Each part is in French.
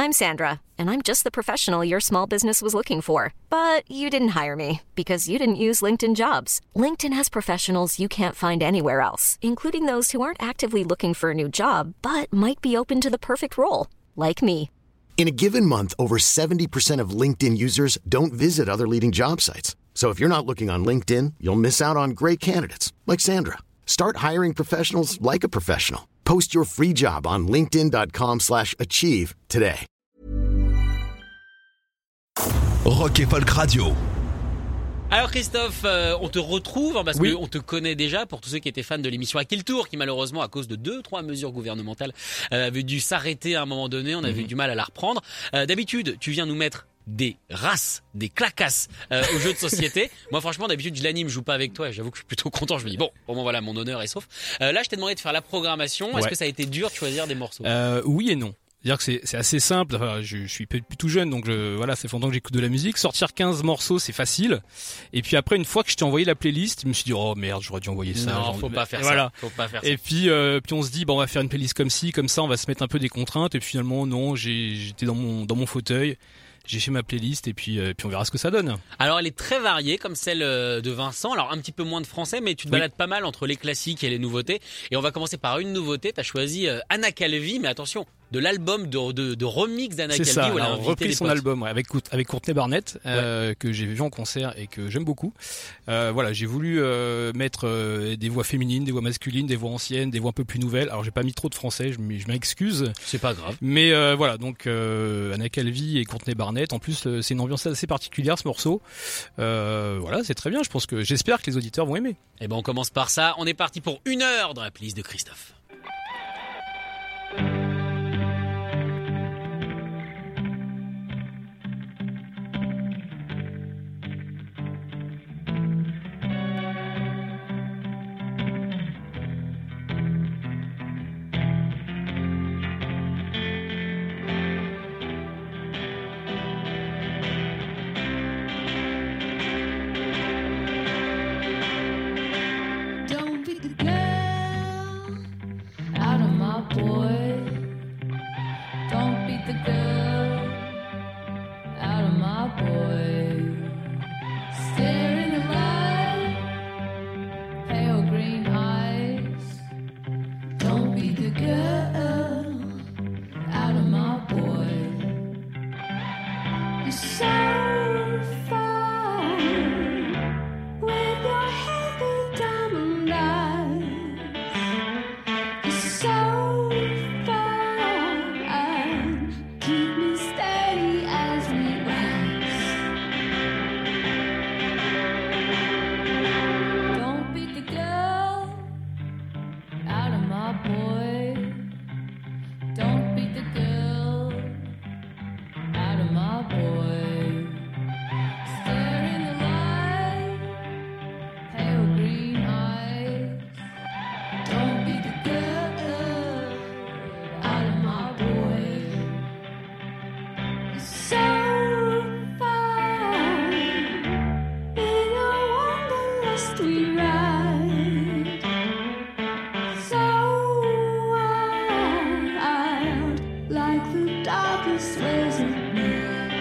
I'm Sandra, and I'm just the professional your small business was looking for. But you didn't hire me because you didn't use LinkedIn Jobs. LinkedIn has professionals you can't find anywhere else, including those who aren't actively looking for a new job, but might be open to the perfect role, like me. In a given month, over 70% of LinkedIn users don't visit other leading job sites. So if you're not looking on LinkedIn, you'll miss out on great candidates like Sandra. Start hiring professionals like a professional. Post your free job on linkedin.com/achieve today. Rock et Folk Radio. Alors Christophe, on te retrouve parce Oui. qu'on te connaît déjà pour tous ceux qui étaient fans de l'émission À qui le tour, qui malheureusement à cause de 2-3 mesures gouvernementales avait dû s'arrêter à un moment donné, on avait eu du mal à la reprendre. D'habitude, tu viens nous mettre des races, des clacasses aux jeux de société. Moi franchement d'habitude je l'anime, je joue pas avec toi et j'avoue que je suis plutôt content, je me dis bon, au moins voilà, mon honneur est sauf. Là je t'ai demandé de faire la programmation, est-ce Ouais. que ça a été dur de choisir des morceaux? Oui et non. C'est-à-dire que c'est assez simple. Enfin, je suis tout jeune, donc voilà, c'est longtemps que j'écoute de la musique. Sortir 15 morceaux, c'est facile. Et puis après, une fois que je t'ai envoyé la playlist, je me suis dit oh merde, j'aurais dû envoyer ça. Non, faut pas faire ça. Voilà. Faut pas faire ça. Et puis on se dit bon, on va faire une playlist comme ci, comme ça, on va se mettre un peu des contraintes. Et puis finalement non, j'étais dans mon fauteuil. J'ai fait ma playlist et puis on verra ce que ça donne. Alors elle est très variée comme celle de Vincent, alors un petit peu moins de français mais tu te balades pas mal entre les classiques et les nouveautés et on va commencer par une nouveauté, t'as choisi Anna Calvi, mais attention, de l'album de remix d'Anna C'est Calvi ça, où elle a elle a invité repris des son potes. album avec Courtney Barnett que j'ai vu en concert et que j'aime beaucoup. Voilà, j'ai voulu mettre des voix féminines, des voix masculines, des voix anciennes, des voix un peu plus nouvelles. Alors j'ai pas mis trop de français, je m'excuse. C'est pas grave. Mais voilà, donc Anna Calvi et Courtney Barnett. En plus, c'est une ambiance assez particulière ce morceau. Voilà, c'est très bien. J'espère que les auditeurs vont aimer. Et ben on commence par ça, on est parti pour 1 heure dans la playlist de Christophe. Don't be the girl out of my boy. Don't be the girl out of my boy. Stare in the light, pale green eyes. Don't be the girl out of my boy. You're so fine with your heavy diamond eyes. You're so fine, keep me steady as we rise. Don't beat the girl out of my boy. Don't beat the girl out of my boy. Stare in the light, pale green eyes. Don't be the girl out of my boy. You're so fine, in a wanderlust we ride. So wild, like the darkest waves of night.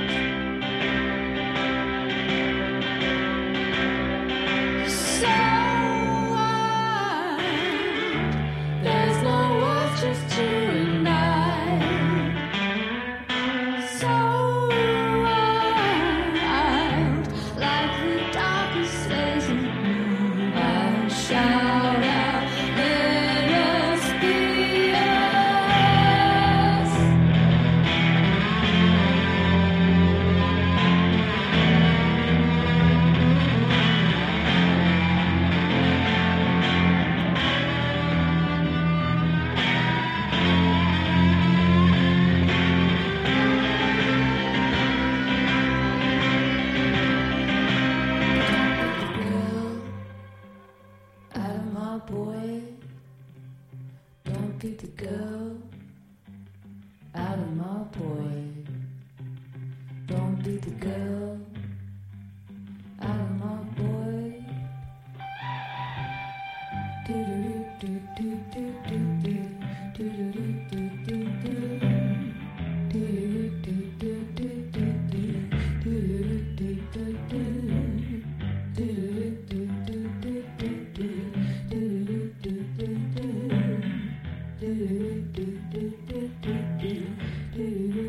So wild, there's no words, just you and I. So wild, like the darkest days of night. I shout out, let us be us.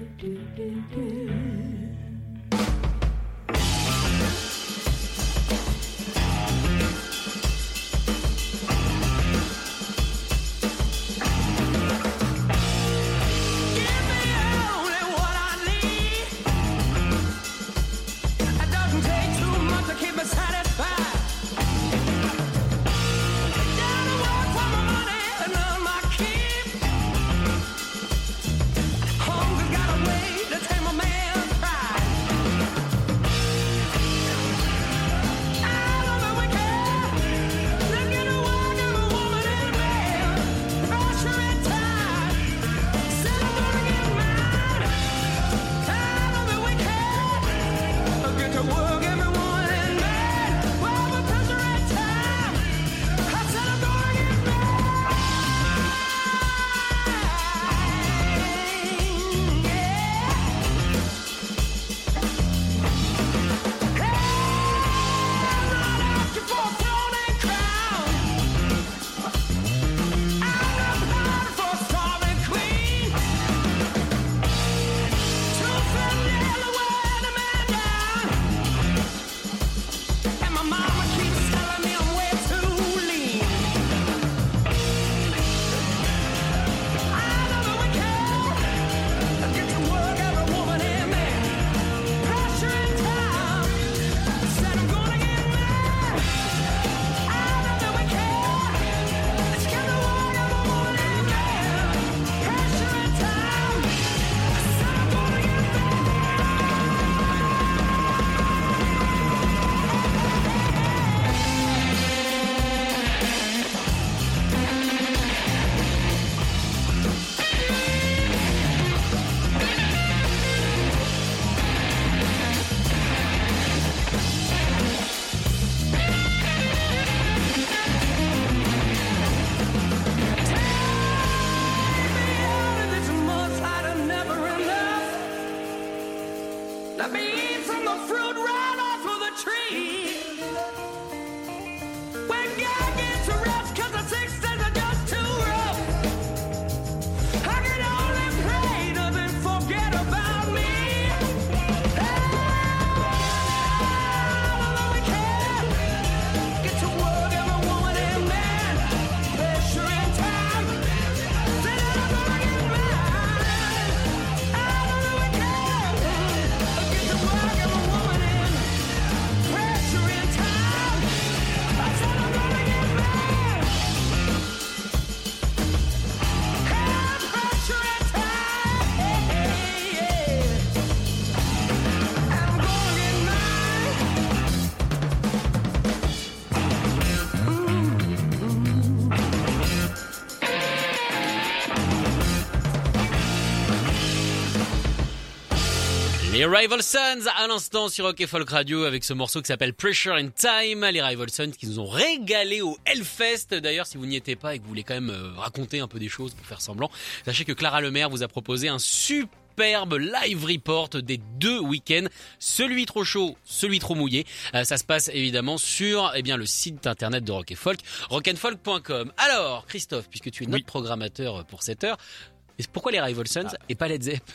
Les Rival Sons à l'instant sur Rock & Folk Radio avec ce morceau qui s'appelle Pressure in Time. Les Rival Sons qui nous ont régalé au Hellfest. D'ailleurs, si vous n'y étiez pas et que vous voulez quand même raconter un peu des choses pour faire semblant, sachez que Clara Lemaire vous a proposé un superbe live report des 2 week-ends, celui trop chaud, celui trop mouillé. Ça se passe évidemment sur le site internet de Rock & Folk, rockandfolk.com. Alors Christophe, puisque tu es notre programmateur pour cette heure, pourquoi les Rival Sons et pas Led Zepp?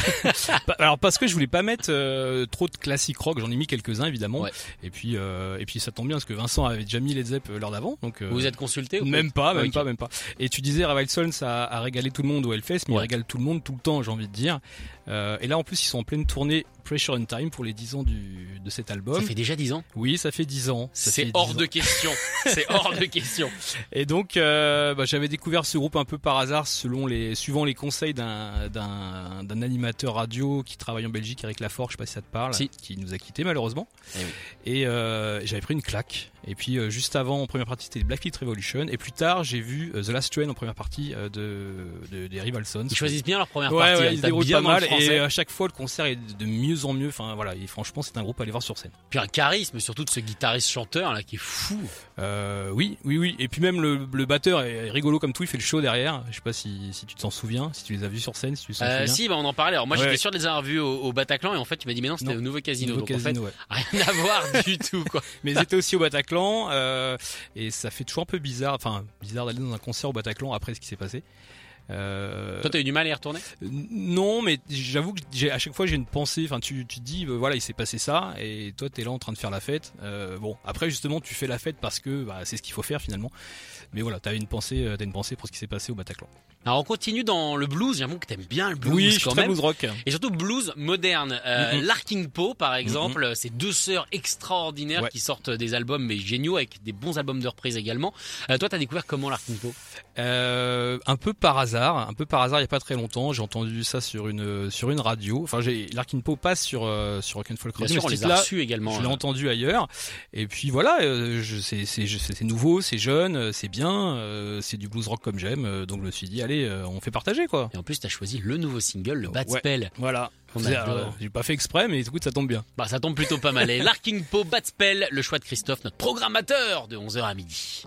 Alors parce que je voulais pas mettre trop de classiques rock, j'en ai mis quelques-uns évidemment. Ouais. Et puis ça tombe bien parce que Vincent avait déjà mis Led Zepp l'heure d'avant. Donc vous êtes consulté ou même pas. Et tu disais Rival Sons a régalé tout le monde au Hellfest, mais il régale tout le monde tout le temps, j'ai envie de dire. Et là en plus ils sont en pleine tournée Pressure in Time pour les 10 ans de cet album. Ça fait déjà 10 ans? Oui, ça fait 10 ans. C'est hors de question. C'est hors de question. Et donc j'avais découvert ce groupe un peu par hasard suivant les conseils d'un animateur radio qui travaille en Belgique, Eric Lafort, je sais pas si ça te parle, qui nous a quittés malheureusement. Et j'avais pris une claque. Et puis juste avant, en première partie, c'était Black Fleet Revolution. Et plus tard, j'ai vu The Last Train en première partie des Rival Sons. Ils choisissent bien leur première partie. Ouais, ils se déroulent pas mal. Et à chaque fois, le concert est de mieux en mieux. Enfin voilà, et franchement, c'est un groupe à aller voir sur scène. Puis un charisme, surtout de ce guitariste-chanteur là qui est fou. Oui. Et puis même le batteur est rigolo comme tout. Il fait le show derrière. Je sais pas si tu t'en souviens, si tu les as vus sur scène, si tu t'en souviens. Si, on en parlait. Alors moi, j'étais sûr de les avoir vus au Bataclan et en fait, tu m'as dit mais non, c'était au Nouveau Casino. Donc en fait, rien à voir du tout quoi. Mais ils étaient aussi au Bataclan. Et ça fait toujours un peu bizarre d'aller dans un concert au Bataclan après ce qui s'est passé. Toi, t'as eu du mal à y retourner? Non, mais j'avoue que à chaque fois j'ai une pensée. Enfin, tu te dis, voilà, il s'est passé ça, et toi t'es là en train de faire la fête. Bon, après justement, tu fais la fête parce que c'est ce qu'il faut faire finalement. Mais voilà, t'as une pensée pour ce qui s'est passé au Bataclan. Alors on continue dans le blues. J'ai l'impression que t'aimes bien le blues Oui, je suis quand très même. blues rock. Et surtout blues moderne. Larkin Poe, par exemple, c'est deux sœurs extraordinaires qui sortent des albums mais géniaux avec des bons albums de reprise également. Toi, t'as découvert comment Larkin Poe? Un peu par hasard, il y a pas très longtemps, j'ai entendu ça sur une radio. Enfin, Larkin Poe passe sur Rock and Folk Radio. Bien sûr, on les a reçus également. Je l'ai entendu ailleurs. Et puis voilà, c'est nouveau, c'est jeune, c'est bien, c'est du blues rock comme j'aime. Donc je me suis dit, allez, on fait partager quoi. Et en plus, t'as choisi le nouveau single, le Bad Spell. Voilà. J'ai pas fait exprès, mais écoute, ça tombe bien. Ça tombe plutôt pas mal. Et Larkin Poe, Bad Spell, le choix de Christophe, notre programmateur de 11h à midi.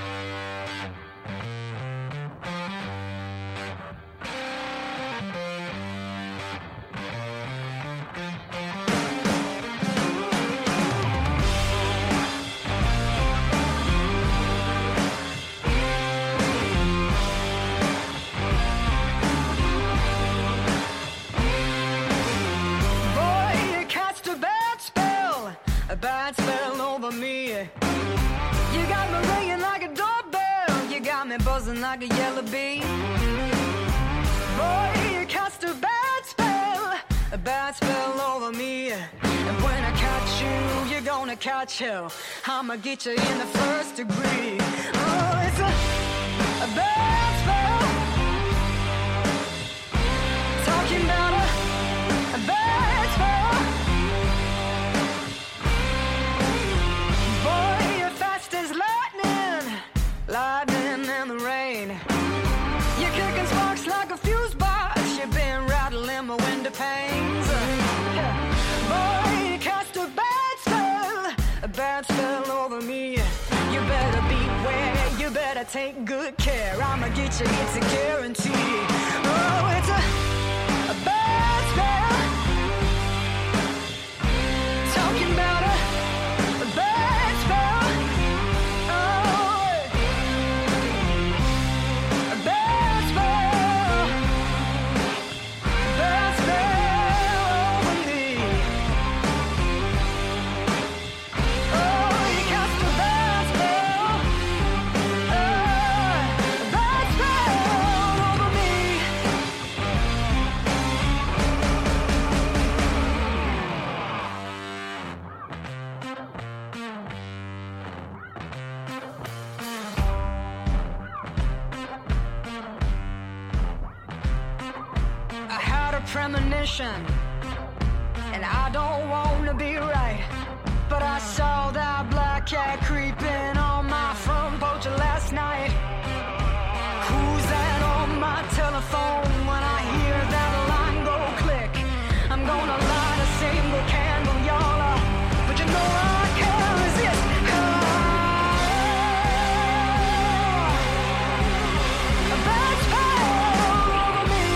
A bad spell over me. You got me ringing like a doorbell. You got me buzzing like a yellow bee. Boy, you cast a bad spell over me. And when I catch you, you're gonna catch hell. I'ma get you in the first degree. Oh, it's a bad spell. Talking about a bad spell. Lightning and the rain. You're kicking sparks like a fuse box. You've been rattling my window panes. Boy, you cast a bad spell over me. You better beware, you better take good care. I'ma get you, it's a guarantee. Oh, it's a bad spell. Talking about a bad spell. Premonition, and I don't wanna be right, but I saw that black cat creeping on my front porch last night. Who's that on my telephone? When I hear that line go click, I'm gonna light a single candle, y'all, but you know I can't resist. A bad spell over me.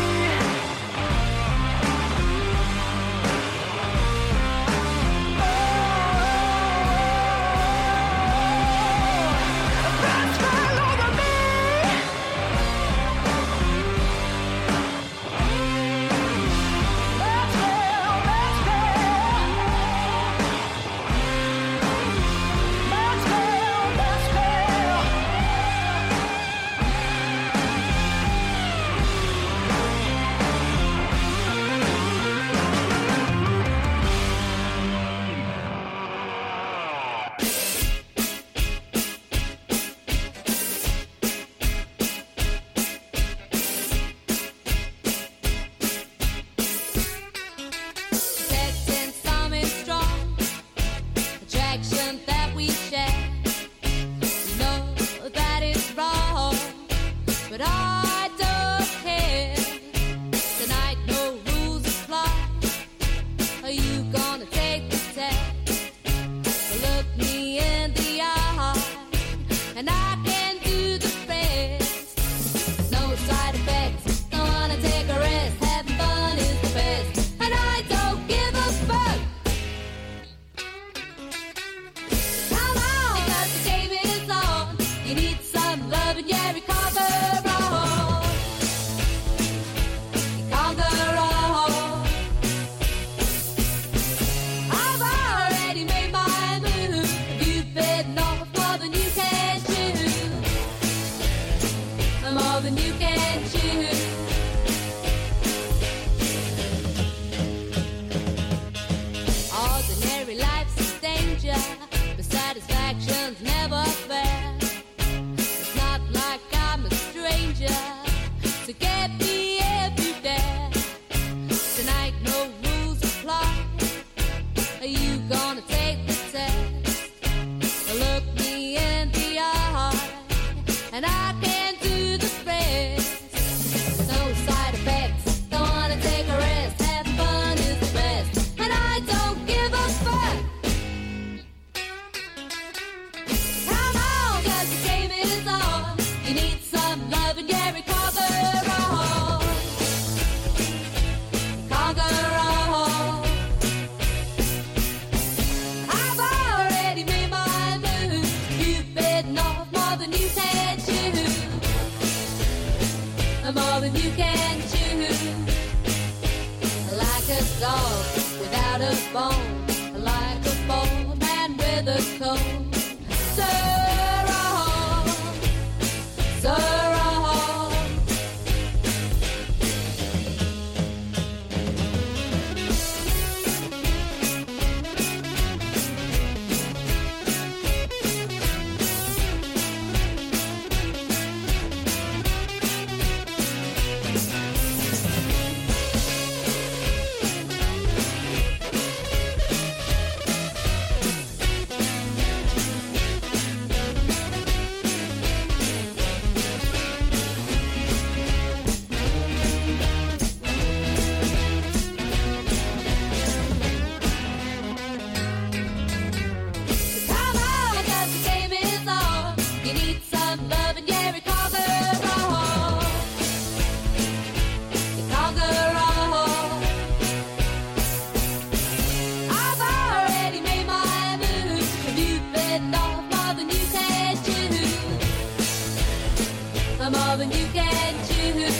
A bad spell over me. restless dog without a bone, like a bold man with a cold. Sarah, Sarah. More than you can chew.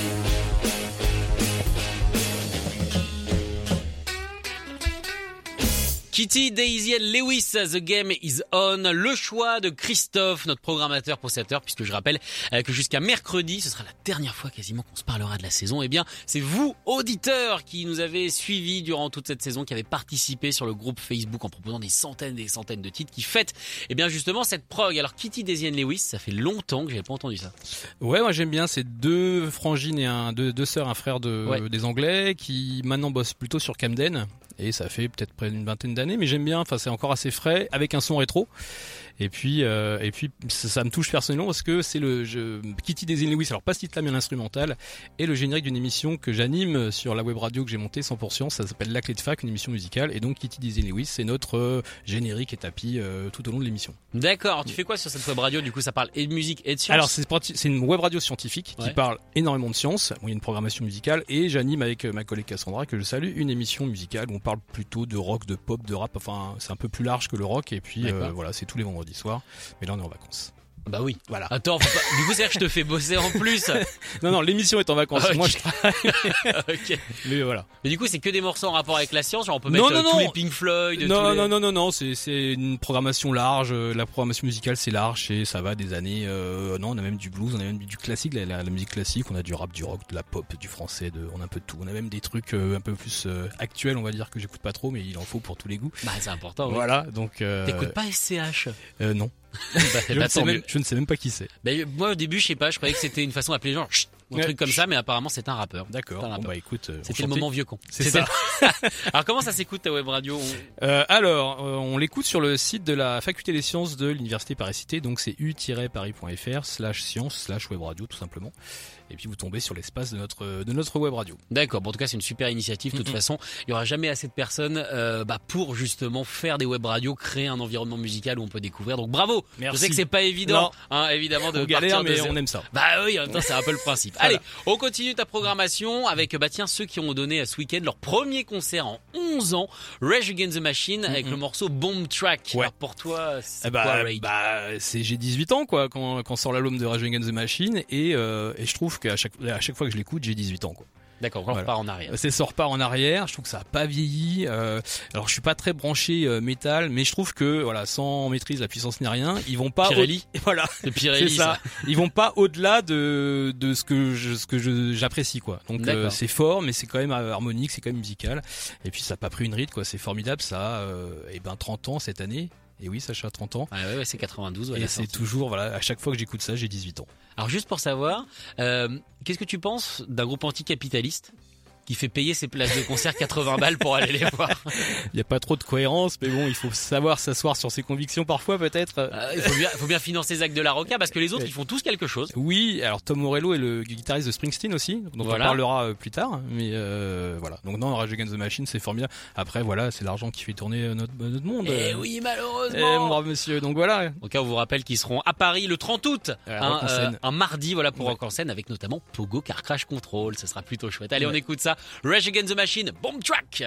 Kitty, Daisy and Lewis, The Game is On. Le choix de Christophe, notre programmateur possesseur, puisque je rappelle que jusqu'à mercredi, ce sera la dernière fois quasiment qu'on se parlera de la saison. Eh bien, c'est vous, auditeurs, qui nous avez suivis durant toute cette saison, qui avez participé sur le groupe Facebook en proposant des centaines et des centaines de titres qui fêtent, eh bien, justement, cette prog. Alors, Kitty, Daisy and Lewis, ça fait longtemps que j'avais pas entendu ça. Ouais, moi j'aime bien, c'est deux frangines et deux sœurs, un frère des Anglais qui maintenant bossent plutôt sur Camden. Et ça fait peut-être près d'une vingtaine d'années, mais j'aime bien, enfin c'est encore assez frais, avec un son rétro. Et puis ça me touche personnellement parce que c'est Kitty, Daisy and Lewis, alors pas ce titre-là mais l'instrumental, et le générique d'une émission que j'anime sur la web radio que j'ai montée 100%, ça s'appelle La Clé de Fac, une émission musicale, et donc Kitty, Daisy and Lewis, c'est notre générique et tapis tout au long de l'émission. D'accord, tu fais quoi sur cette web radio? Du coup ça parle et de musique et de science? Alors c'est une web radio scientifique qui parle énormément de science, bon, il y a une programmation musicale, et j'anime avec ma collègue Cassandra, que je salue, une émission musicale où on parle plutôt de rock, de pop, de rap, enfin c'est un peu plus large que le rock, et puis voilà, c'est tous les vendredis soirs, mais là on est en vacances. Bah oui. Voilà. Attends, du coup c'est-à-dire que je te fais bosser en plus. Non, l'émission est en vacances. Okay. Moi je travaille. Ok. Mais voilà. Mais du coup c'est que des morceaux en rapport avec la science, genre on peut mettre tous les Pink Floyd. Non, c'est une programmation large. La programmation musicale c'est large et ça va des années. Non, on a même du blues, on a même du classique, la musique classique, on a du rap, du rock, de la pop, du français, on a un peu de tout. On a même des trucs un peu plus actuels, on va dire, que j'écoute pas trop, mais il en faut pour tous les goûts. Bah c'est important. Oui. Voilà, donc. T'écoutes pas SCH? Non. Je ne sais même pas qui c'est. Moi au début je sais pas, je croyais que c'était une façon d'appeler les gens un truc comme ça, mais apparemment c'est un rappeur. D'accord. Bon bah écoute, c'était le moment vieux con. C'est ça. Alors comment ça s'écoute ta web radio? On l'écoute sur le site de la faculté des sciences de l'université Paris-Cité, donc c'est u-paris.fr/sciences/web radio tout simplement. Et puis vous tombez sur l'espace de notre web radio. D'accord. Bon, en tout cas, c'est une super initiative. De toute façon, il y aura jamais assez de personnes pour justement faire des web radios, créer un environnement musical où on peut découvrir. Donc bravo. Merci. Je sais que c'est pas évident, évidemment, de galère, partir de mais on aime ça. Bah oui, en même temps, c'est un peu le principe. Allez, on continue ta programmation avec ceux qui ont donné ce week-end leur premier concert en 11 ans, Rage Against the Machine, avec le morceau Bomb Track. Ouais. Alors pour toi, c'est quoi Rage? J'ai 18 ans quoi quand sort l'album de Rage Against the Machine, et je trouve qu'à chaque fois que je l'écoute, j'ai 18 ans quoi. D'accord, on repart en arrière. Ça repart en arrière. Je trouve que ça a pas vieilli. Alors je suis pas très branché métal, mais je trouve que voilà, sans maîtrise la puissance ni rien, ils vont pas. Pirelli. Voilà. C'est Pirelli. C'est ça. Ils vont pas au-delà de ce que j'apprécie quoi. Donc c'est fort, mais c'est quand même harmonique, c'est quand même musical. Et puis ça a pas pris une ride quoi. C'est formidable. Ça a 30 ans cette année. Et oui, Sacha a 30 ans. Ouais, c'est 92. Et c'est toujours, voilà, à chaque fois que j'écoute ça, j'ai 18 ans. Alors juste pour savoir, qu'est-ce que tu penses d'un groupe anticapitaliste qui fait payer ses places de concert 80 balles pour aller les voir? Il y a pas trop de cohérence, mais bon, il faut savoir s'asseoir sur ses convictions parfois peut-être. Il faut bien financer Zach de la Rocca, parce que les autres ils font tous quelque chose. Oui, alors Tom Morello est le guitariste de Springsteen aussi, dont on parlera plus tard, mais voilà. Donc non, Rage Against the Machine c'est formidable. Après voilà, c'est l'argent qui fait tourner notre monde. Eh oui, malheureusement. Mon brave monsieur. Donc voilà. En cas, on vous rappelle qu'ils seront à Paris le 30 août, un mardi, voilà, pour Rock en scène, avec notamment Pogo Car Crash Control. Ce sera plutôt chouette. Allez, on écoute ça. Rage Against the Machine, Bomb Track.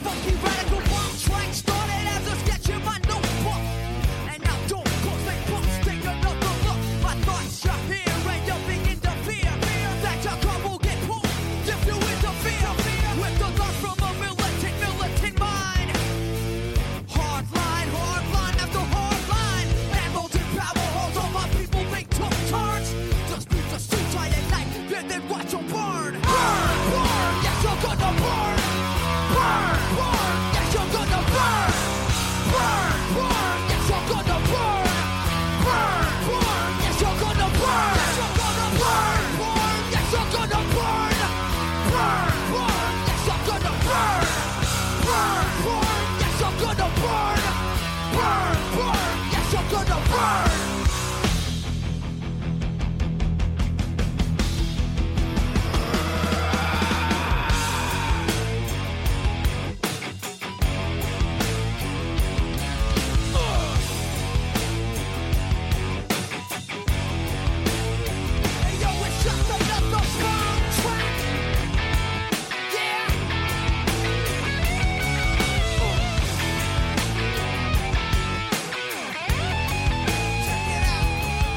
funky radical punk track started as a sketch in my notebook. And now don't books make books take another look. My thoughts are here and you're being to fear that your car will get pulled if you interfere with the thoughts from a militant mind. Hard line after hard line. Handled in power halls, all my people make tough turns. Just beat the suit tight at night, then watch them burn. Burn, yes you're gonna burn. Burn, yes you're gonna burn. Burn, yes you're gonna burn. Burn, yes you're gonna burn. Burn, yes you're gonna burn. Burn, yes you're gonna burn. Burn, yes you're gonna burn. Burn, yes you're gonna burn. Hey yo, it's just another burn track. Yeah. Check it out.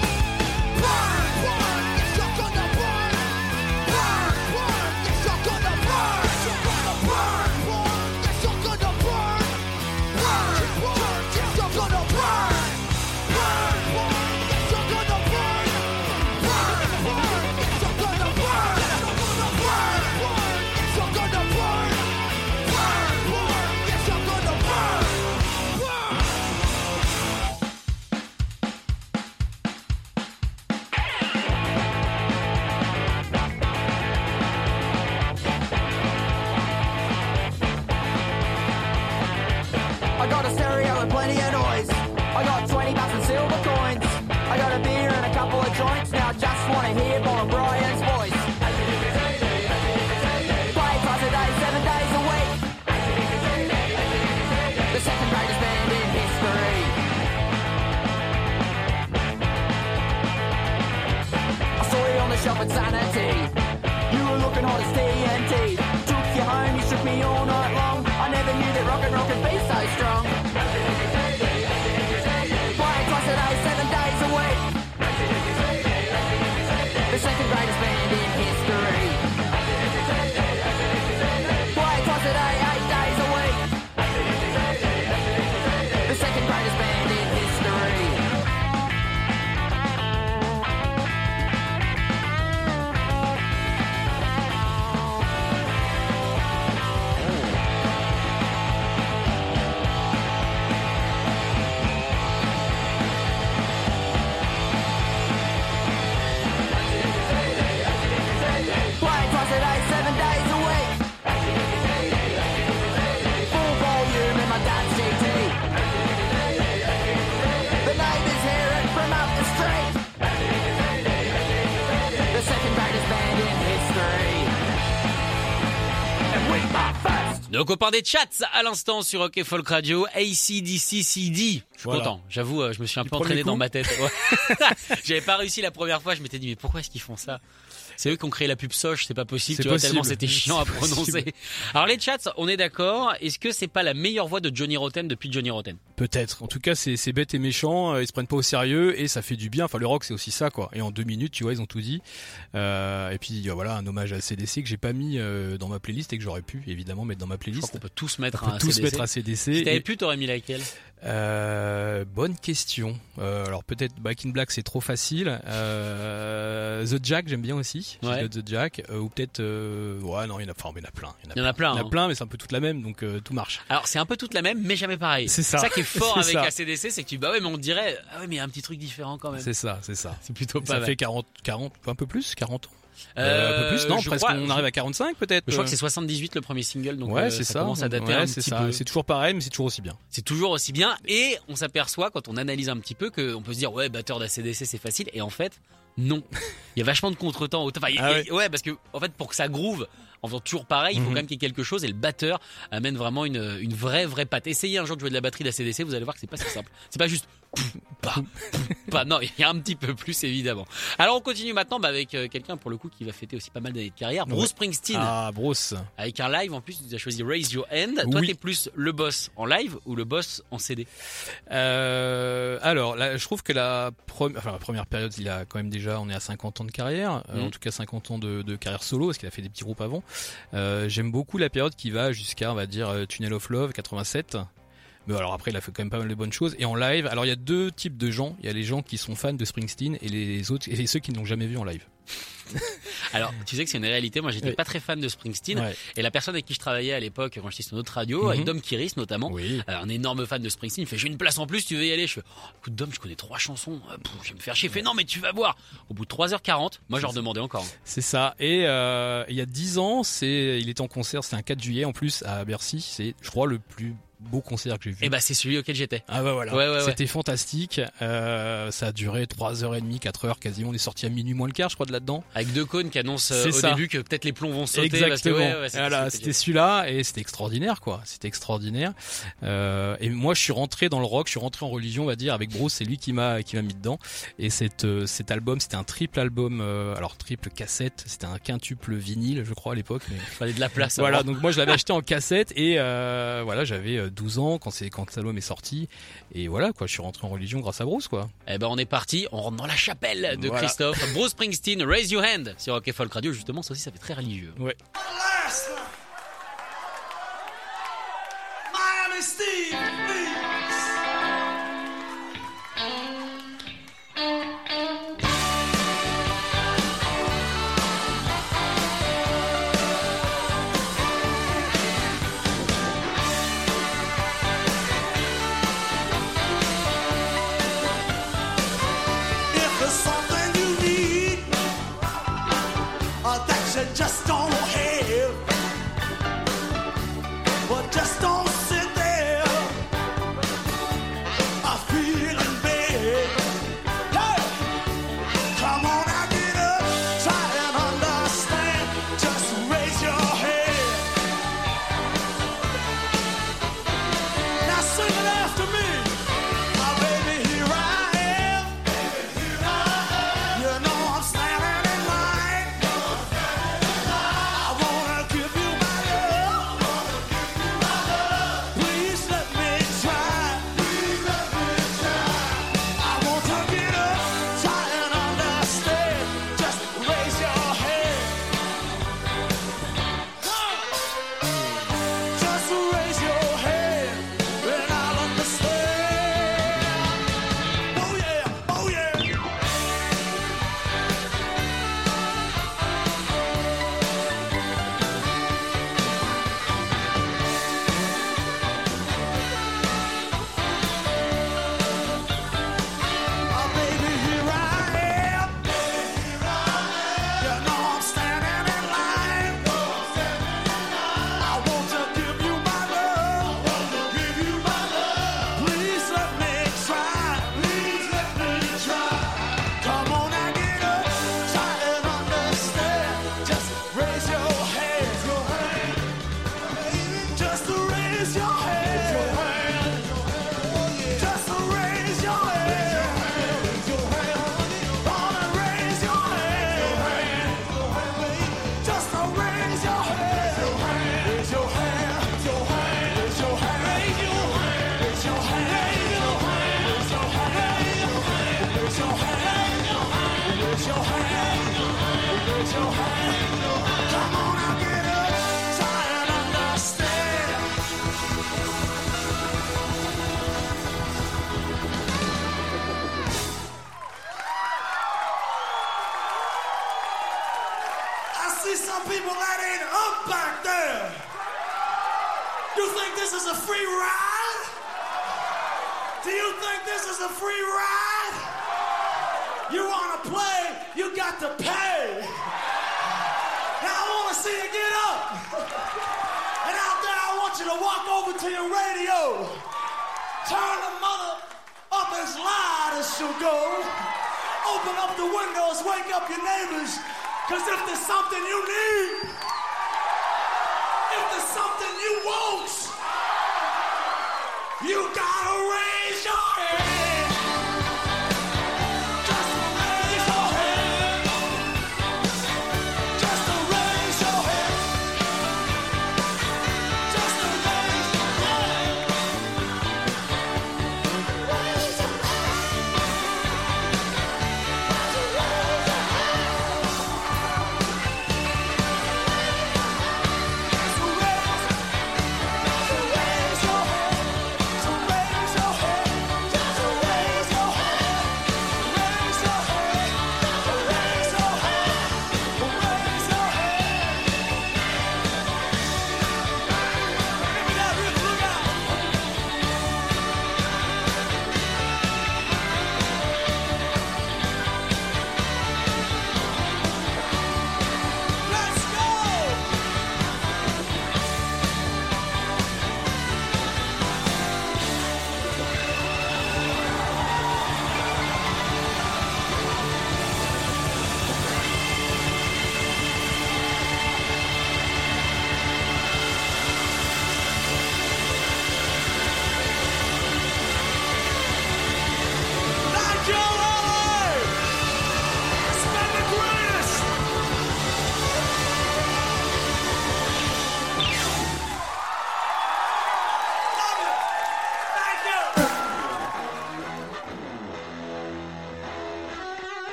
Burn, yes you're gonna burn. Burn, yes you're gonna burn. Burn, yes you're gonna burn. Burn, yes you're gonna burn. Burn, yes you're gonna burn. Burn, yes you're gonna burn. Burn, yes you're gonna burn. Burn, yes you're gonna burn. I got a stereo and plenty of noise. I got 20 bucks and silver coins. I got a beer and a couple of joints. Now I just wanna hear Bob Bryan's voice. Play twice a day, 7 days a week. The second greatest band in history. I saw you on the shelf at Sanity. You were looking hot as TNT. Took you home, you shook me all night long. I never knew that rock and roll could be so strong. Play twice a day, 7 days a week. The second greatest band in history. Play twice a day, 8 days a week. The second greatest band in history. Play twice a day, 7 days a week. Full volume in my dad's GT. The neighbours hear it from up the street. The second greatest band in history. And we are first. Nos copains des chats à l'instant sur Rock et Folk Radio, AC/DC CD. Je suis Voilà. content. J'avoue, je me suis un peu premier entraîné coup. dans ma tête. Ouais. J'avais pas réussi la première fois. Je m'étais dit mais pourquoi est-ce qu'ils font ça? C'est eux qui ont créé la pub Soch, c'est pas possible, C'est tu vois, possible. tellement c'était chiant à C'est possible. prononcer. Alors les chats, on est d'accord. Est-ce que c'est pas la meilleure voix de Johnny Rotten depuis Johnny Rotten? Peut-être. En tout cas, c'est bête et méchant. Ils se prennent pas au sérieux et ça fait du bien. Enfin, le rock, c'est aussi ça, quoi. Et en 2 minutes, tu vois, ils ont tout dit. Et puis voilà, un hommage à CDC que j'ai pas mis dans ma playlist et que j'aurais pu évidemment mettre dans ma Je crois playlist. qu'on peut tous mettre On peut un tous CDC. mettre à CDC. Si t'avais Et- pu, t'aurais mis laquelle? Bonne question. Alors peut-être Back in Black, c'est trop facile. The Jack, j'aime bien aussi. Ouais. J'ai The Jack. Ou peut-être. Ouais, non, il y en a plein. Il y en a plein, Il y en hein. a plein, mais c'est un peu toute la même, donc tout marche. Alors c'est un peu toute la même, mais jamais pareil. C'est ça. qui est fort C'est avec ça. ACDC, c'est que tu bah ouais, mais on dirait ah ouais, mais il y a un petit truc différent quand même. C'est ça. C'est plutôt pas Ça mal. fait 40, un peu plus, 40 ans. Un peu plus, non, je presque. crois- On arrive à 45 peut-être. Je crois que c'est 78 le premier single, donc ouais, c'est ça ça. commence à dater Ouais, un c'est petit ça. peu. C'est toujours pareil, mais c'est toujours aussi bien. C'est toujours aussi bien, et on s'aperçoit quand on analyse un petit peu qu'on peut se dire ouais, batteur d'ACDC c'est facile, et en fait non. Il y a vachement de contretemps. Enfin, Ah ouais, parce que en fait pour que ça groove, en faisant toujours pareil. Il faut quand même qu'il y ait quelque chose et le batteur amène vraiment une vraie patte. Essayez un jour de jouer de la batterie d'ACDC, vous allez voir que c'est pas si simple. C'est pas juste pas. Non, il y a un petit peu plus évidemment. Alors on continue maintenant avec quelqu'un pour le coup qui va fêter aussi pas mal d'années de carrière, Bruce Springsteen. Ah, Bruce. Avec un live en plus, tu as choisi Raise Your Hand. Toi, Oui. t'es plus le boss en live ou le boss en CD? Alors, là, je trouve que la première période, il a quand même déjà, on est à 50 ans de carrière, en tout cas 50 ans de carrière solo, parce qu'il a fait des petits groupes avant. J'aime beaucoup la période qui va jusqu'à, on va dire, Tunnel of Love, 87. Mais alors après, il a fait quand même pas mal de bonnes choses. Et en live, alors il y a deux types de gens. Il y a les gens qui sont fans de Springsteen et les autres, et ceux qui ne l'ont jamais vu en live. Alors, tu sais que c'est une réalité. Moi, j'étais Oui. pas très fan de Springsteen. Ouais. Et la personne avec qui je travaillais à l'époque, quand j'étais sur notre radio, avec Dom Kiris notamment, Oui. un énorme fan de Springsteen, il fait j'ai une place en plus, tu veux y aller? Je fais écoute Dom, je connais 3 chansons, je vais me faire chier. Il fait non mais tu vas voir. Au bout de 3h40, moi je leur demandais encore. C'est ça. Et il y a 10 ans, il était en concert, c'était un 4 juillet en plus à Bercy. C'est, je crois, le plus beau concert que j'ai vu. Et bah c'est celui auquel j'étais. Ah bah voilà, Ouais. c'était fantastique. Ça a duré 3h30, 4h quasiment. On est sorti à minuit moins le quart, je crois, de là-dedans. Avec 2 cônes qui annoncent C'est au ça. début que peut-être les plombs vont sauter. Exactement. Parce que, Voilà, c'était celui-là et c'était extraordinaire, quoi. C'était extraordinaire. Et moi, je suis rentré dans le rock, je suis rentré en religion, on va dire, avec Bruce. C'est lui qui m'a mis dedans. Et cet album, c'était un triple album, alors triple cassette. C'était un quintuple vinyle, je crois, à l'époque. Mais... fallait de la place. Voilà, avant. donc moi je l'avais acheté en cassette et voilà, j'avais 12 ans quand cet album est sorti et voilà quoi, je suis rentré en religion grâce à Bruce quoi. Eh ben on est parti, on rentre dans la chapelle de Voilà. Christophe. Bruce Springsteen, Raise Your Hand sur Rock & Folk Radio. Justement, ça aussi ça fait très religieux. Ouais. Last one. Miami Steve, please. If there's something you need that you just don't have, but just don't sit there feeling bad. Hey, come on now, get up, try and understand. Just raise your head. Now sing it after me. My baby, here I am. You know I'm standing in line. I wanna give you my love. Please let me try. I want to get up, try and understand. Just raise your hand. Just raise your hand, and I'll understand. Oh yeah, oh yeah. Oh, baby, here I am. You know I'm standing in line. I want to give you my love. Please let me try. Come on now, get up, try and understand. Just raise your hand. Just to raise your hand. Just to raise your hand. Wanna raise your hand. Just to raise your hand. Raise your hand. Raise your hand. Raise your hand. Raise your hand. Raise your hand. Raise your hand. Raise your hand. Raise your hand. Come on now, get up, try and understand. I see some people that ain't up back there. You think this is a free ride? Do you think this is a free ride? You wanna play, you got to pay. Now I wanna see you get up. And out there I want you to walk over to your radio. Turn the mother up as loud as she'll go. Open up the windows, wake up your neighbors. Cause if there's something you need, won'ts. You gotta raise your hand. Just raise your hand. Just raise your hand. Just raise your hand. Raise your hand.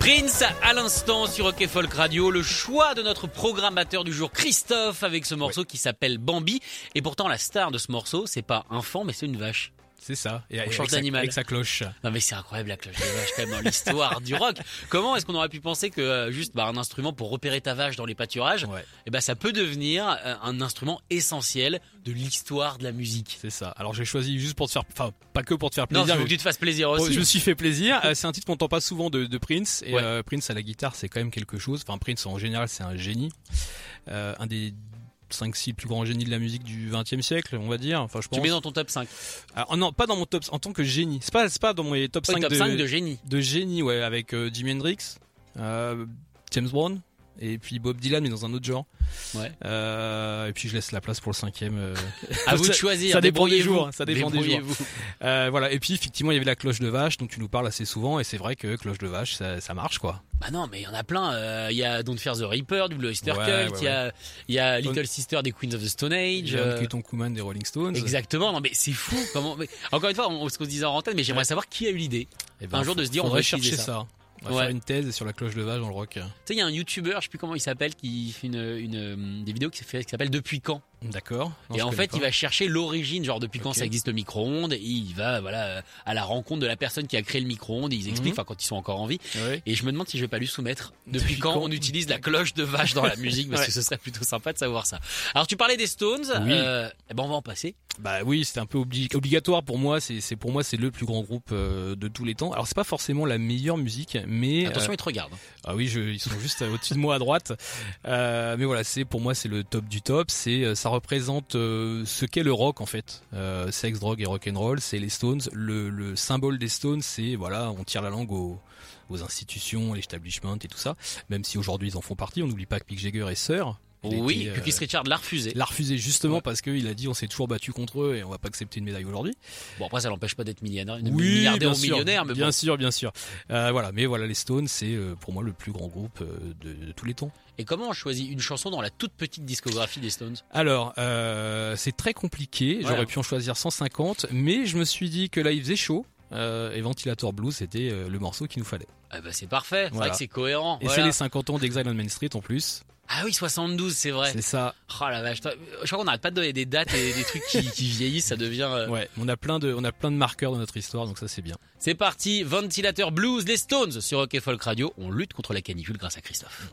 Prince à l'instant sur Rock et Folk Radio, le choix de notre programmateur du jour Christophe avec ce morceau qui s'appelle Bambi. Et pourtant la star de ce morceau, c'est pas un fan mais c'est une vache. C'est ça. Et On change d'animal. avec sa cloche. Non mais c'est incroyable la cloche de vache quand même dans l'histoire du rock. Comment est-ce qu'on aurait pu penser que juste un instrument pour repérer ta vache dans les pâturages, ça peut devenir un instrument essentiel de l'histoire de la musique. C'est ça. Alors j'ai choisi juste pour te faire, enfin pas que pour te faire Non, plaisir. il faut que tu te fasses plaisir aussi. Je me suis fait plaisir. C'est un titre qu'on entend pas souvent de Prince. Et Prince à la guitare, c'est quand même quelque chose. Enfin Prince en général, c'est un génie. Un des 5-6 plus grands génies de la musique du XXe siècle, on va dire. Enfin, je pense. Tu mets dans ton top 5. Alors, non, pas dans mon top, en tant que génie. C'est pas dans mes top 5 top 5 de génie. De génie, ouais, avec Jimi Hendrix, James Brown, et puis Bob Dylan, mais dans un autre genre. Ouais. Et puis je laisse la place pour le 5e. À vous de choisir. Ça dépend des débrouillez-vous. jours. Ça dépend des jours. Débrouillez-vous. Voilà. Et puis effectivement, il y avait la cloche de vache, dont tu nous parles assez souvent, et c'est vrai que cloche de vache, ça marche, quoi. Bah non, mais il y en a plein. Il y a Don't Fear the Reaper du Blue Oyster Ouais, Cult. ouais, Il y a Little Sister des Queens of the Stone Age. Keaton Kuman des Rolling Stones. Exactement. Non mais c'est fou. Comment mais, encore une fois, ce qu'on se disait en antenne, mais j'aimerais savoir qui a eu l'idée. Et ben, un jour de se dire on va chercher utiliser ça. On va faire une thèse sur la cloche de vache dans le rock. Tu sais, il y a un YouTuber, je sais plus comment il s'appelle, qui fait des vidéos qui s'appelle Depuis quand. D'accord. Non, et je en connais fait, pas. il va chercher l'origine, genre depuis quand ça existe le micro-ondes, et il va à la rencontre de la personne qui a créé le micro-ondes, et ils expliquent, quand ils sont encore en vie. Ouais. Et je me demande si je vais pas lui soumettre depuis quand on utilise la cloche de vache dans la musique, parce que ce serait plutôt sympa de savoir ça. Alors tu parlais des Stones, Oui. on va en passer. Bah oui, c'était un peu obligatoire pour moi. C'est pour moi c'est le plus grand groupe de tous les temps. Alors c'est pas forcément la meilleure musique, mais Attention, ils te regardent. Ah oui, ils sont juste au-dessus de moi à droite. Mais voilà, pour moi c'est le top du top. Ça représente ce qu'est le rock en fait. Sex, drogue et rock'n'roll, c'est les Stones. Le symbole des Stones, c'est voilà, on tire la langue aux institutions, à l'establishment et tout ça. Même si aujourd'hui ils en font partie, on n'oublie pas que Mick Jagger est sœur. Oui, que Keith Richards l'a refusé. L'a refusé justement parce qu'il a dit on s'est toujours battu contre eux et on va pas accepter une médaille aujourd'hui. Bon après ça l'empêche pas d'être milliardaire ou millionnaire, mais bien sûr. Voilà, mais voilà les Stones c'est pour moi le plus grand groupe de tous les temps. Et comment on choisit une chanson dans la toute petite discographie des Stones ? Alors c'est très compliqué. J'aurais pu en choisir 150, mais je me suis dit que là il faisait chaud. Et Ventilator Blues c'était le morceau qu'il nous fallait. Ah bah c'est parfait, c'est vrai que c'est cohérent. Et c'est les 50 ans d'Exile on Main Street en plus. Ah oui, 72, c'est vrai. C'est ça. Oh la vache. Je crois qu'on n'arrête pas de donner des dates et des trucs qui vieillissent, ça devient... Ouais, on a plein de marqueurs dans notre histoire, donc ça c'est bien. C'est parti, Ventilator Blues, les Stones sur Rock et Folk Radio. On lutte contre la canicule grâce à Christophe.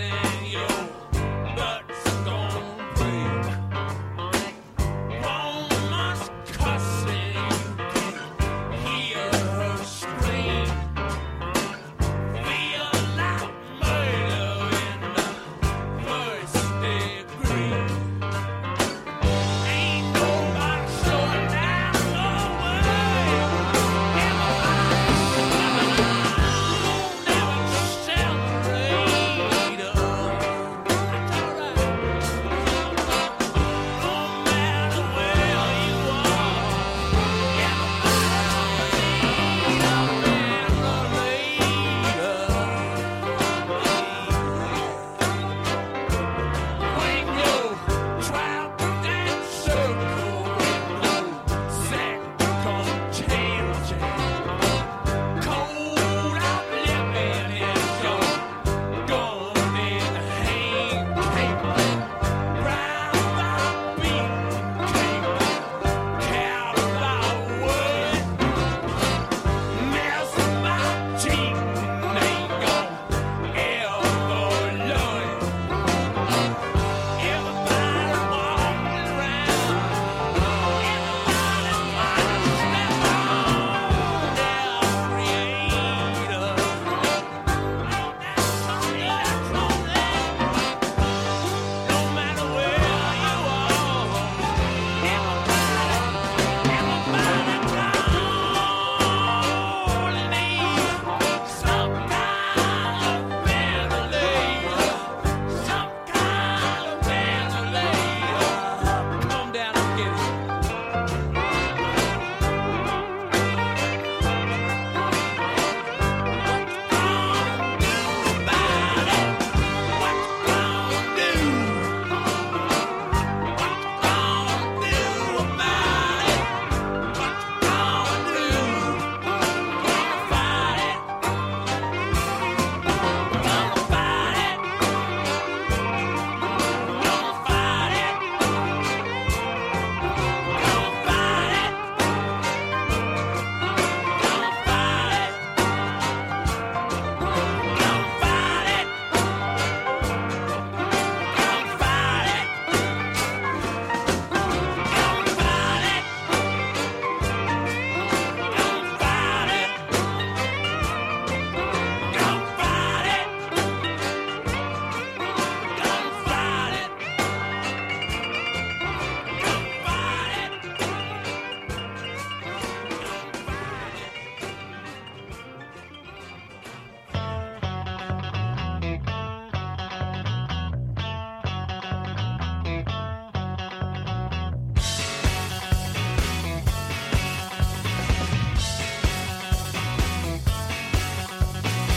Won't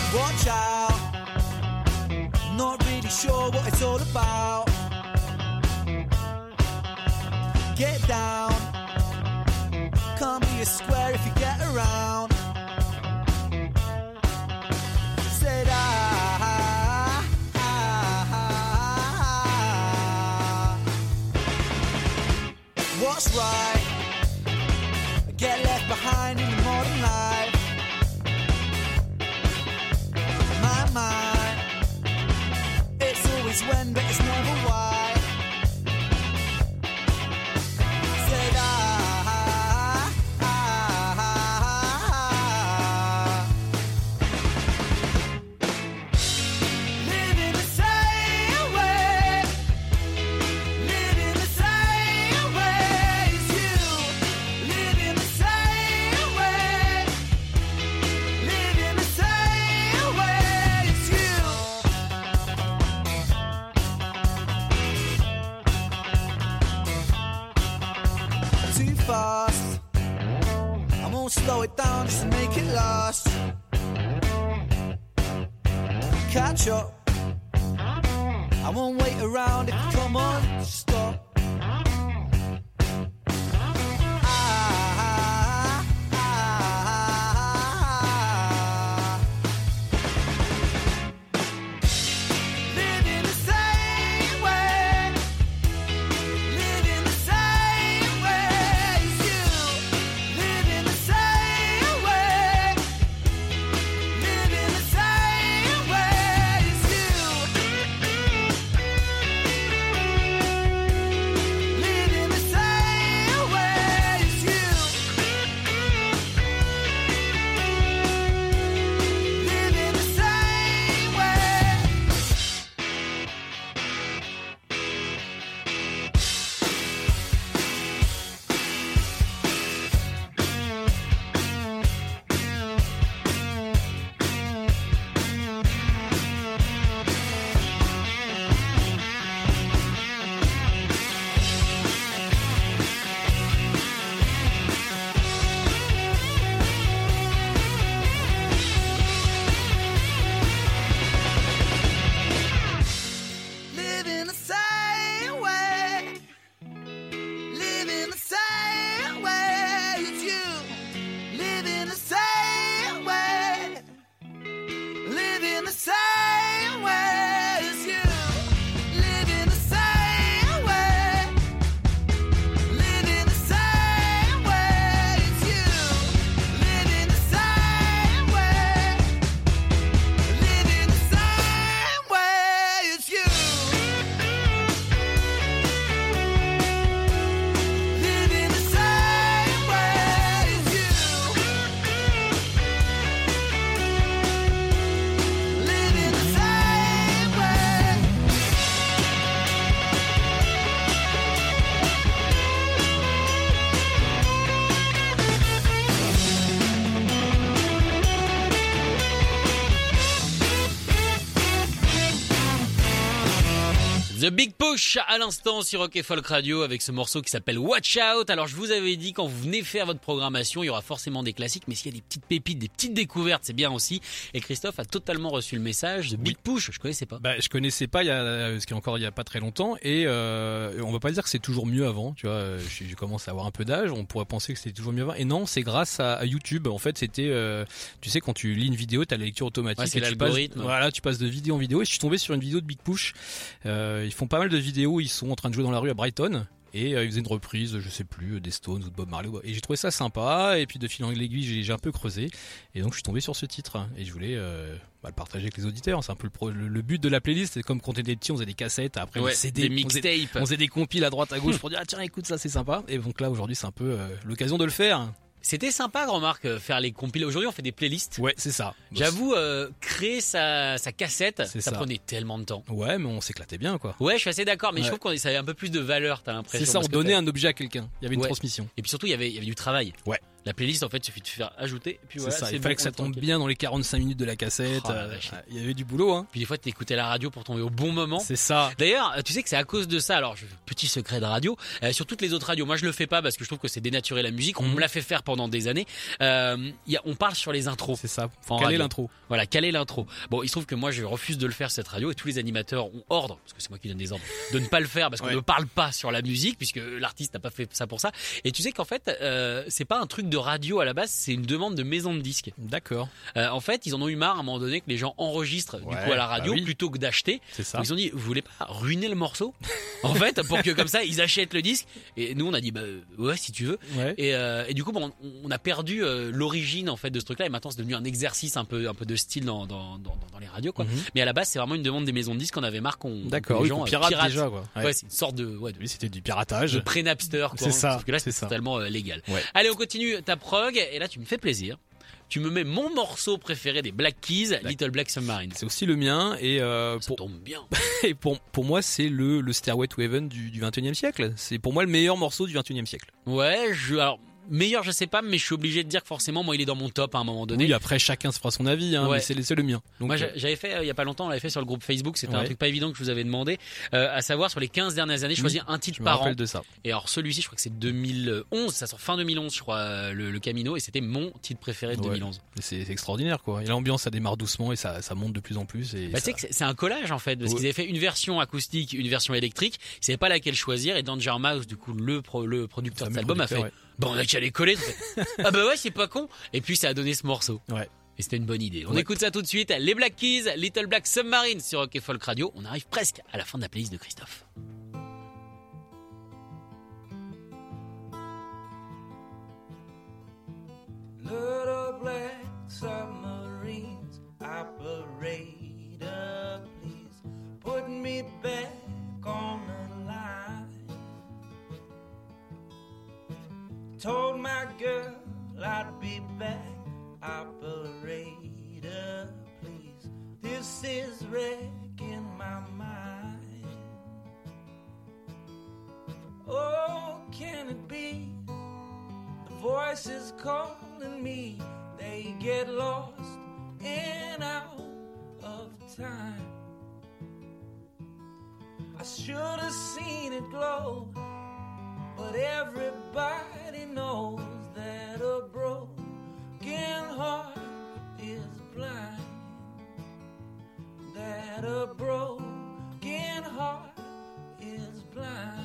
Watch out, not really sure what it's all about. Get down, can't be a square if you get around. Said what's right? Get left behind in the modern life. My mind, it's always when, but it's never why. Said living the same way, living the same way as you, living the same way, living the same way as you. Too fast, I won't slow it down just to make it last. Catch up, I won't wait around if you come on, stop. Living the same way, living the same way as you, living the same way, living the same way as you, living the same way as you, living the same way. Living the same way, living the same way as you, living the same way, living the same way as you, living the same way, living the same way as you, living the same way, living the same way as you. Living the same way as you. Living the same way. The Big Push à l'instant sur Rock et Folk Radio avec ce morceau qui s'appelle Watch Out. Alors je vous avais dit quand vous venez faire votre programmation, il y aura forcément des classiques, mais s'il y a des petites pépites, des petites découvertes, c'est bien aussi. Et Christophe a totalement reçu le message. The Big Push, je connaissais pas. Bah, je connaissais pas ce qui est encore il y a pas très longtemps, et on va pas dire que c'est toujours mieux avant, tu vois. Je commence à avoir un peu d'âge, on pourrait penser que c'était toujours mieux avant, et non, c'est grâce à YouTube. En fait, c'était, tu sais, quand tu lis une vidéo, t'as la lecture automatique. Ouais, c'est et l'algorithme. Voilà, tu passes de vidéo en vidéo, et je suis tombé sur une vidéo de Big Push. Ils font pas mal de vidéos où ils sont en train de jouer dans la rue à Brighton. Et ils faisaient une reprise, je sais plus, des Stones ou de Bob Marley. Et j'ai trouvé ça sympa. Et puis de fil en aiguille, j'ai un peu creusé. Et donc je suis tombé sur ce titre. Et je voulais le partager avec les auditeurs. C'est un peu le but de la playlist. C'est comme quand on était petits, on faisait des cassettes. Après Ouais, des CD, des mixtapes. on faisait des compiles à droite à gauche pour dire ah tiens écoute ça c'est sympa. Et donc là aujourd'hui c'est un peu l'occasion de le faire. C'était sympa, grand Marc, faire les compiles. Aujourd'hui, on fait des playlists. Ouais, c'est ça. J'avoue, créer sa cassette, C'est ça ça. prenait tellement de temps. Ouais, mais on s'éclatait bien quoi. Ouais, je suis assez d'accord, mais je Ouais. trouve ça avait un peu plus de valeur, t'as l'impression. C'est ça, on parce que donnait un objet à quelqu'un. Il y avait une Ouais. transmission. Et puis surtout, il y avait du travail. Ouais. La playlist, en fait, il suffit de faire ajouter, et puis voilà. C'est ça, il bon, fallait que on ça est tombe tranquille. bien dans les 45 minutes de la cassette. Oh, la vache. Il y avait du boulot, hein. Puis des fois, t'écoutais la radio pour tomber au bon moment. C'est ça. D'ailleurs, tu sais que c'est à cause de ça. Alors, petit secret de radio, sur toutes les autres radios, moi je le fais pas parce que je trouve que c'est dénaturer la musique. On me l'a fait faire pendant des années. On parle sur les intros. C'est ça. Faut En caler radio. l'intro. Voilà, caler l'intro. Bon, il se trouve que moi je refuse de le faire cette radio et tous les animateurs ont ordre, parce que c'est moi qui donne des ordres, de ne pas le faire parce qu'on Ouais. ne parle pas sur la musique puisque l'artiste n'a pas fait ça pour ça. Et tu sais qu'en fait, c'est pas un truc de radio à la base, c'est une demande de maison de disques. D'accord. En fait, ils en ont eu marre à un moment donné que les gens enregistrent du Ouais, coup à la bah radio oui. plutôt que d'acheter. C'est ça. Donc, ils ont dit, vous voulez pas ruiner le morceau en fait pour que comme ça ils achètent le disque. Et nous on a dit bah ouais si tu veux. Ouais. Et du coup bon, on a perdu l'origine en fait de ce truc-là et maintenant c'est devenu un exercice un peu de style dans les radios quoi. Mais à la base c'est vraiment une demande des maisons de disques qu'on avait marre qu'on D'accord. que les Oui, gens qu'on pirate piratent. déjà, quoi. Ouais, c'est une sorte de Oui, c'était du piratage. de pré-Napster quoi. C'est ça, Sauf que là c'est c'est ça. totalement légal. Ouais. Allez on continue ta prog et là tu me fais plaisir. Tu me mets mon morceau préféré des Black Keys, Little Black Submarine. C'est aussi le mien et Ça tombe bien. et pour moi c'est le Stairway to Heaven du 21e siècle. C'est pour moi le meilleur morceau du 21e siècle. Ouais, alors meilleur je sais pas, mais je suis obligé de dire que forcément moi il est dans mon top à un moment donné. Oui, après chacun se fera son avis, hein, Ouais. mais c'est le mien. Donc, Moi j'avais fait il y a pas longtemps, on l'avait fait sur le groupe Facebook, c'était un Ouais. truc pas évident que je vous avais demandé, à savoir sur les 15 dernières années, choisir un titre je me par an. rappelle de ça. Et alors celui-ci, je crois que c'est 2011, ça sort fin 2011 je crois, le Camino, et c'était mon titre préféré de Ouais. 2011. Mais c'est extraordinaire quoi. Et l'ambiance ça démarre doucement et ça monte de plus en plus. Et Bah, tu ça- sais que c'est un collage en fait, parce Ouais. qu'ils avaient fait une version acoustique, une version électrique, ils savaient pas laquelle choisir, et Danger Mouse, du coup le producteur de Fameux cet album a fait, producteur, bon on a qu'à les coller, ah bah ouais c'est pas con, et puis ça a donné ce morceau. Ouais. Et c'était une bonne idée. On Ouais. écoute ça tout de suite. Les Black Keys, Little Black Submarine sur Rock & Folk Radio. On arrive presque à la fin de la playlist de Christophe. Little black submarines, operator, please put me back on the line. Told my girl I'd be back, operator, please. This is wrecking my mind. Oh, can it be? The voices calling me, they get lost and out of time. I should have seen it glow, but everybody knows that a broken heart is blind. That a broken heart is blind.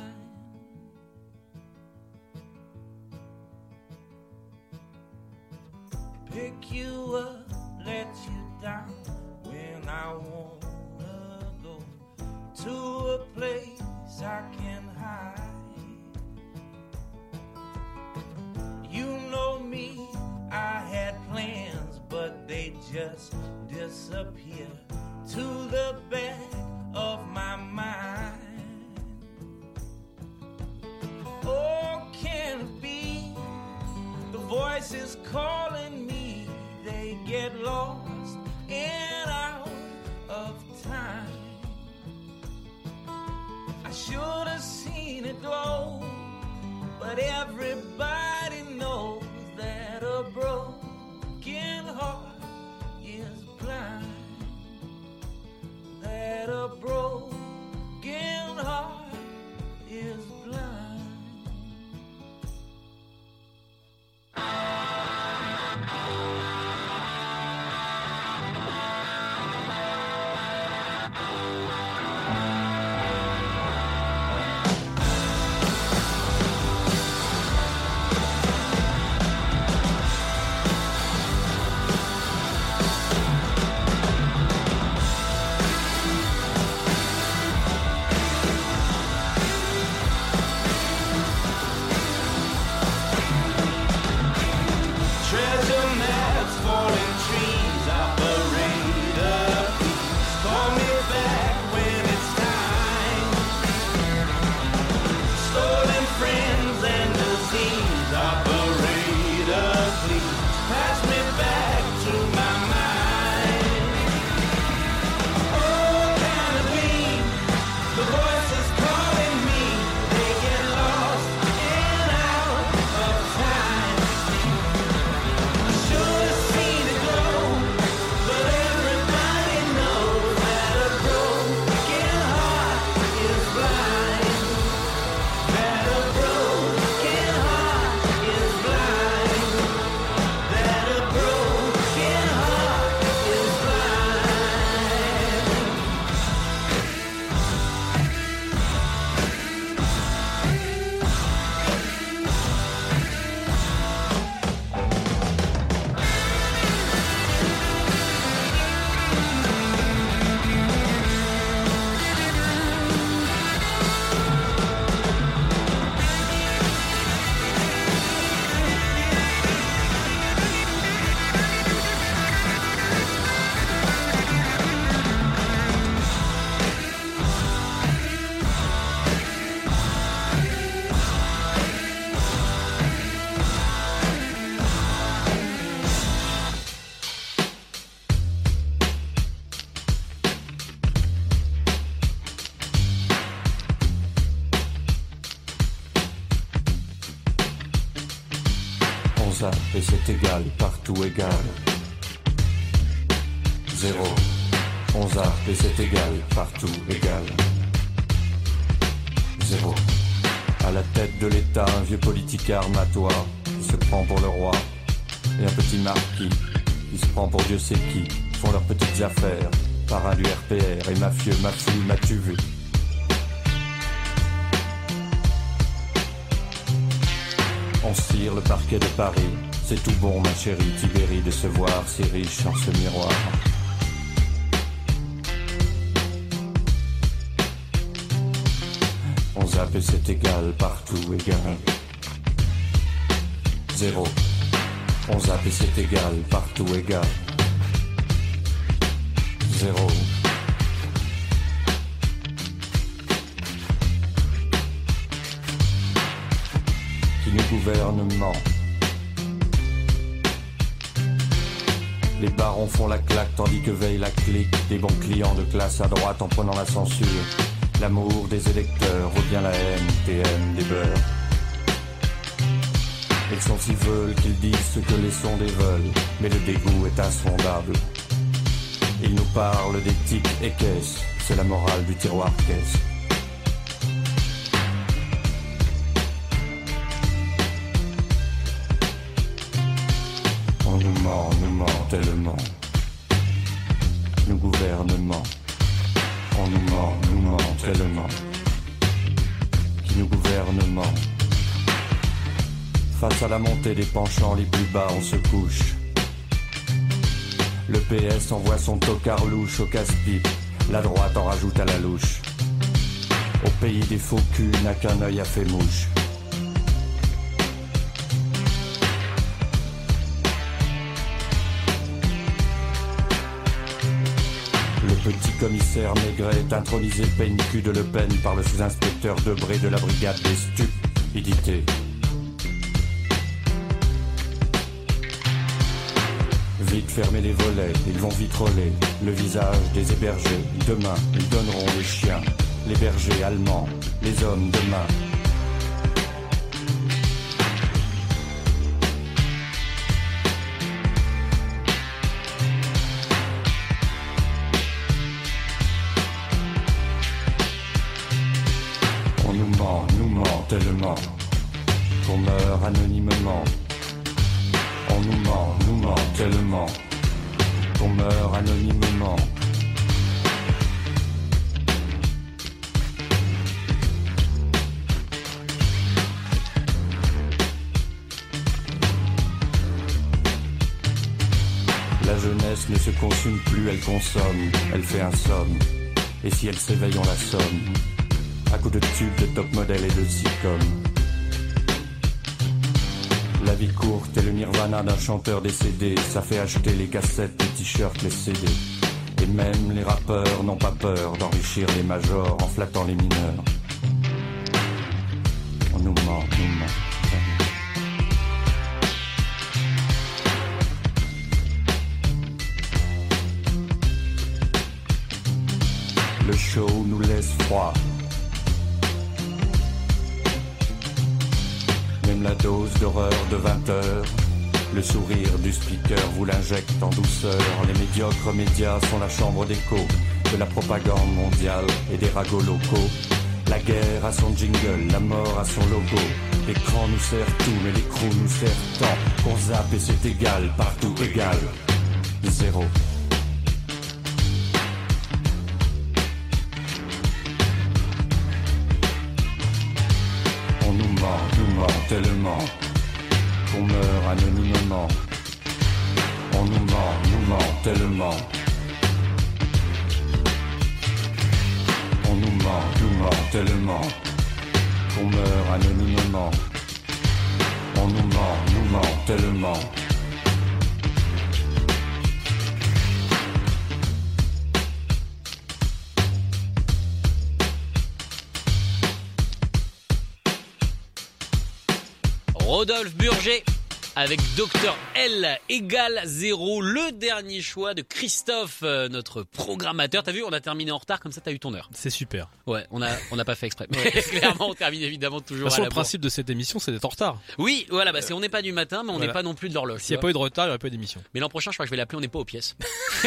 Pick you up, let you down when I wanna go to a place I can hide. You know me, I had plans, but they just disappear to the back of my mind. Oh, can it be? The voices calling me, they get lost and out of time. I should have seen it glow, but everybody knows that a broken heart is blind. That a broken heart is blind. zappe et c'est égal, partout égal. 0. On zappe et c'est égal, partout égal. 0. À la tête de l'État, un vieux politique armatoire qui se prend pour le roi. Et un petit marquis qui se prend pour Dieu sait qui. Font leurs petites affaires, parrain du RPR et mafieux, ma fille, m'as-tu vu? On cire le parquet de Paris, c'est tout bon ma chérie Tibérie de se voir si riche en ce miroir. On zappe et c'est égal, partout égal. 0. On zappe et c'est égal, partout égal. 0. Qui nous gouverne ment. Les barons font la claque tandis que veille la clique des bons clients de classe à droite en prenant la censure. L'amour des électeurs revient la haine, TM des beurs. Ils sont si veulent qu'ils disent ce que les sondés veulent, mais le dégoût est insondable. Ils nous parlent d'éthique et caisse, c'est la morale du tiroir caisse. On nous ment tellement. Nous gouvernement. On nous ment tellement. Qui nous gouvernement. Face à la montée des penchants les plus bas, on se couche. Le PS envoie son tocard louche au casse-pipe. La droite en rajoute à la louche. Au pays des faux culs, n'a qu'un œil a fait mouche. Le petit commissaire Maigret est intronisé PNQ de Le Pen par le sous-inspecteur Debré de la brigade des stupidités. Vite fermer les volets, ils vont vitroler le visage des hébergés. Demain, ils donneront les chiens, les bergers allemands, les hommes demain. On nous ment tellement qu'on meurt anonymement. On nous ment tellement qu'on meurt anonymement. La jeunesse ne se consume plus, elle consomme, elle fait un somme. Et si elle s'éveille, on la somme, à coups de tubes, de top modèle et de sitcom. La vie courte et le nirvana d'un chanteur décédé, ça fait acheter les cassettes, les t-shirts, les CD. Et même les rappeurs n'ont pas peur d'enrichir les majors en flattant les mineurs. On nous ment. Le show nous laisse froid. Même la dose d'horreur de 20 heures, le sourire du speaker vous l'injecte en douceur. Les médiocres médias sont la chambre d'écho de la propagande mondiale et des ragots locaux. La guerre a son jingle, la mort a son logo. L'écran nous sert tout, mais l'écrou nous sert tant. Qu'on zappe et c'est égal, partout égal. 0. On nous ment tellement qu'on meurt anonymement. On nous ment tellement. On nous ment tellement qu'on meurt anonymement. On nous ment tellement. Rodolphe Burger avec Dr L égale 0, le dernier choix de Christophe, notre programmateur. T'as vu, on a terminé en retard, comme ça t'as eu ton heure. C'est super. Ouais, on n'a pas fait exprès. Mais clairement, on termine évidemment toujours De toute façon, à la le principe de cette émission, c'est d'être en retard. Oui, voilà, on n'est pas du matin, mais on n'est pas non plus de l'horloge. S'il n'y a pas eu de retard, il n'y aurait pas eu d'émission. Mais l'an prochain, je crois que je vais l'appeler On n'est pas aux pièces.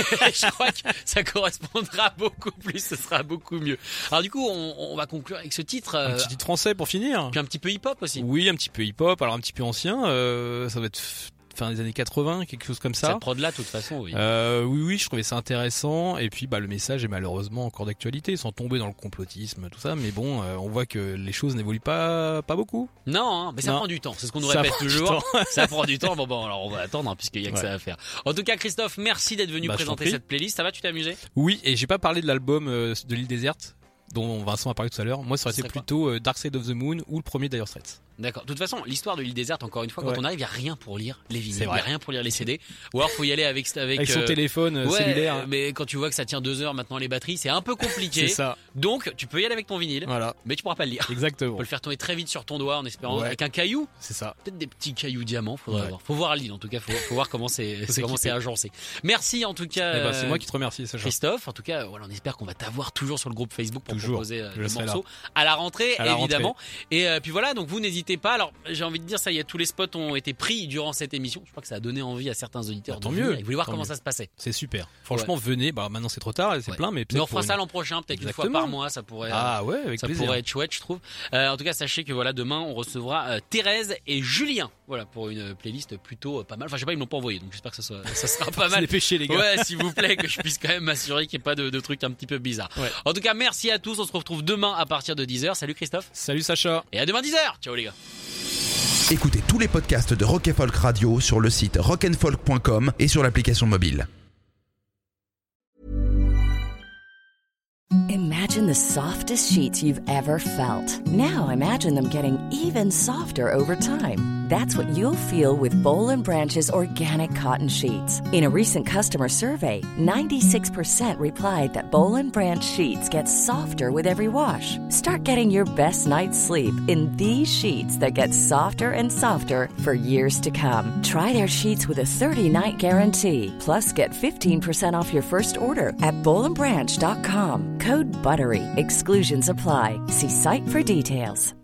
Je crois que ça correspondra beaucoup plus, ce sera beaucoup mieux. Alors du coup, on va conclure avec ce titre. Un petit titre français pour finir. Puis un petit peu hip-hop aussi. Oui, un petit peu hip-hop, alors un petit peu ancien. Ça va être fin des années 80, quelque chose comme ça. Cette prod-là, de toute façon, oui. Oui, je trouvais ça intéressant. Et puis, le message est malheureusement encore d'actualité, sans tomber dans le complotisme, tout ça. Mais bon, on voit que les choses n'évoluent pas beaucoup. Non, mais ça prend du temps. C'est ce qu'on nous répète toujours. Ça prend du temps. Bon, alors on va attendre, puisqu'il y a que ça à faire. En tout cas, Christophe, merci d'être venu présenter cette playlist. Ça va, tu t'es amusé? Oui, et j'ai pas parlé de l'album de l'île déserte, dont Vincent a parlé tout à l'heure. Moi, ça aurait été plutôt Dark Side of the Moon ou le premier Dire Straits. D'accord. De toute façon, l'histoire de l'île déserte, encore une fois, quand on arrive, il n'y a rien pour lire les vinyles, il n'y a rien pour lire les CD. Ou alors, faut y aller avec son téléphone cellulaire. Mais quand tu vois que ça tient 2 heures maintenant les batteries, c'est un peu compliqué. C'est ça. Donc, tu peux y aller avec ton vinyle. Voilà. Mais tu pourras pas le lire. Exactement. Tu peux le faire tourner très vite sur ton doigt en espérant avec un caillou. C'est ça. Peut-être des petits cailloux diamants. Faudra voir. Faut voir l'île en tout cas. Faut voir comment c'est agencé. Merci en tout cas. C'est moi qui te remercie, Sacha. Christophe. En tout cas, voilà, on espère qu'on va t'avoir toujours sur le groupe Facebook pour proposer le morceau là. à la rentrée, évidemment. Et puis voilà. Donc vous n'hésitez pas. Alors j'ai envie de dire, ça y est, tous les spots ont été pris durant cette émission. Je crois que ça a donné envie à certains auditeurs. Tant mieux. Ils voulaient voir comment ça se passait. C'est super. Franchement, venez. Maintenant c'est trop tard, c'est plein, mais on fera ça l'an prochain, peut-être une fois par mois. Ça pourrait. Avec plaisir. Pourrait être chouette, je trouve. En tout cas, sachez que voilà, demain on recevra Thérèse et Julien. Voilà, pour une playlist plutôt pas mal. Enfin, je sais pas, ils m'ont pas envoyé, donc j'espère que ça sera pas mal. Dépêchez les gars. Ouais, s'il vous plaît, que je puisse quand même m'assurer qu'il n'y ait pas de trucs un petit peu bizarres. Ouais. En tout cas, merci à tous. On se retrouve demain à partir de 10h. Salut Christophe. Salut Sacha. Et à demain 10h. Ciao les gars. Écoutez tous les podcasts de Rock & Folk Radio sur le site rockandfolk.com et sur l'application mobile. Imagine the softest sheets you've ever felt. Now imagine them getting even softer over time. That's what you'll feel with Boll & Branch's organic cotton sheets. In a recent customer survey, 96% replied that Boll & Branch sheets get softer with every wash. Start getting your best night's sleep in these sheets that get softer and softer for years to come. Try their sheets with a 30-night guarantee. Plus, get 15% off your first order at bollandbranch.com. Code BUTTERY. Exclusions apply. See site for details.